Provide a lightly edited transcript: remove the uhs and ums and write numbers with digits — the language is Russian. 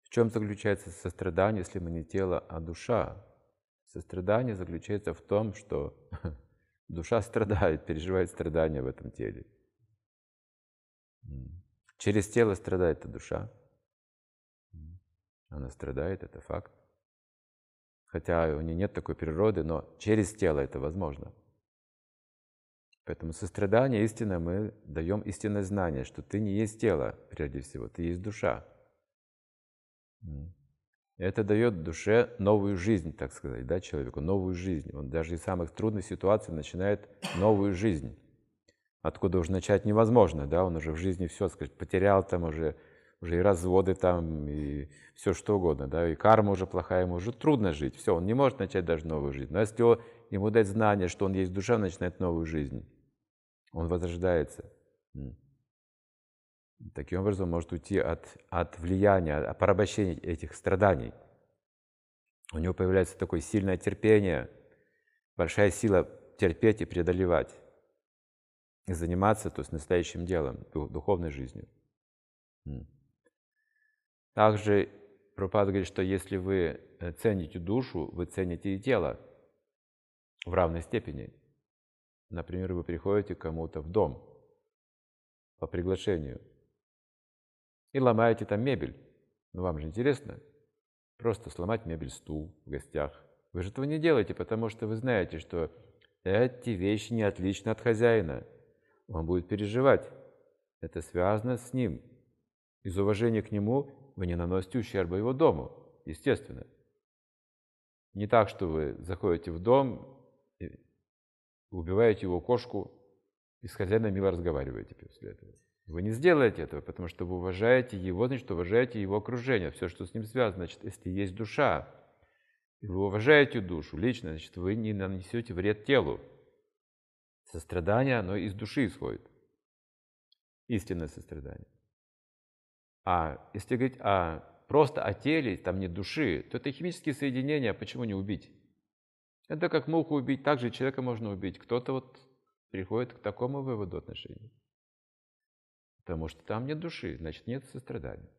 В чем заключается сострадание, если мы не тело, а душа? Сострадание заключается в том, что душа страдает, переживает страдания в этом теле. Через тело страдает эта душа. Она страдает, это факт. Хотя у нее нет такой природы, но через тело это возможно. Поэтому сострадание истинное мы даем истинное знание, что ты не есть тело, прежде всего, ты есть душа. Это дает душе новую жизнь, так сказать, да, человеку, новую жизнь. Он даже из самых трудных ситуаций начинает новую жизнь. Откуда уже начать невозможно, да, он уже в жизни все, сказать, потерял там уже и разводы там, и все что угодно, да, и карма уже плохая, ему уже трудно жить, все, он не может начать даже новую жизнь. Но если ему дать знание, что он есть душа, он начинает новую жизнь, он возрождается. Таким образом, он может уйти от влияния, от порабощения этих страданий. У него появляется такое сильное терпение, большая сила терпеть и преодолевать, и заниматься, то есть, настоящим делом, духовной жизнью. Также Прабхупада говорит, что если вы цените душу, вы цените и тело в равной степени. Например, вы приходите к кому-то в дом по приглашению и ломаете там мебель. Ну, вам же интересно просто сломать мебель, стул в гостях. Вы же этого не делаете, потому что вы знаете, что эти вещи не отличны от хозяина. Он будет переживать. Это связано с ним. Из уважения к нему вы не наносите ущерба его дому, естественно. Не так, что вы заходите в дом, убиваете его кошку и с хозяином мило разговариваете после этого. Вы не сделаете этого, потому что вы уважаете его, значит, уважаете его окружение, все, что с ним связано. Значит, если есть душа, и вы уважаете душу лично, значит, вы не нанесете вред телу. Сострадание, оно из души исходит. Истинное сострадание. А если говорить просто о теле, там нет души, то это химические соединения, почему не убить? Это как муху убить, так же человека можно убить. Кто-то вот приходит к такому выводу отношений. Потому что там нет души, значит, нет сострадания.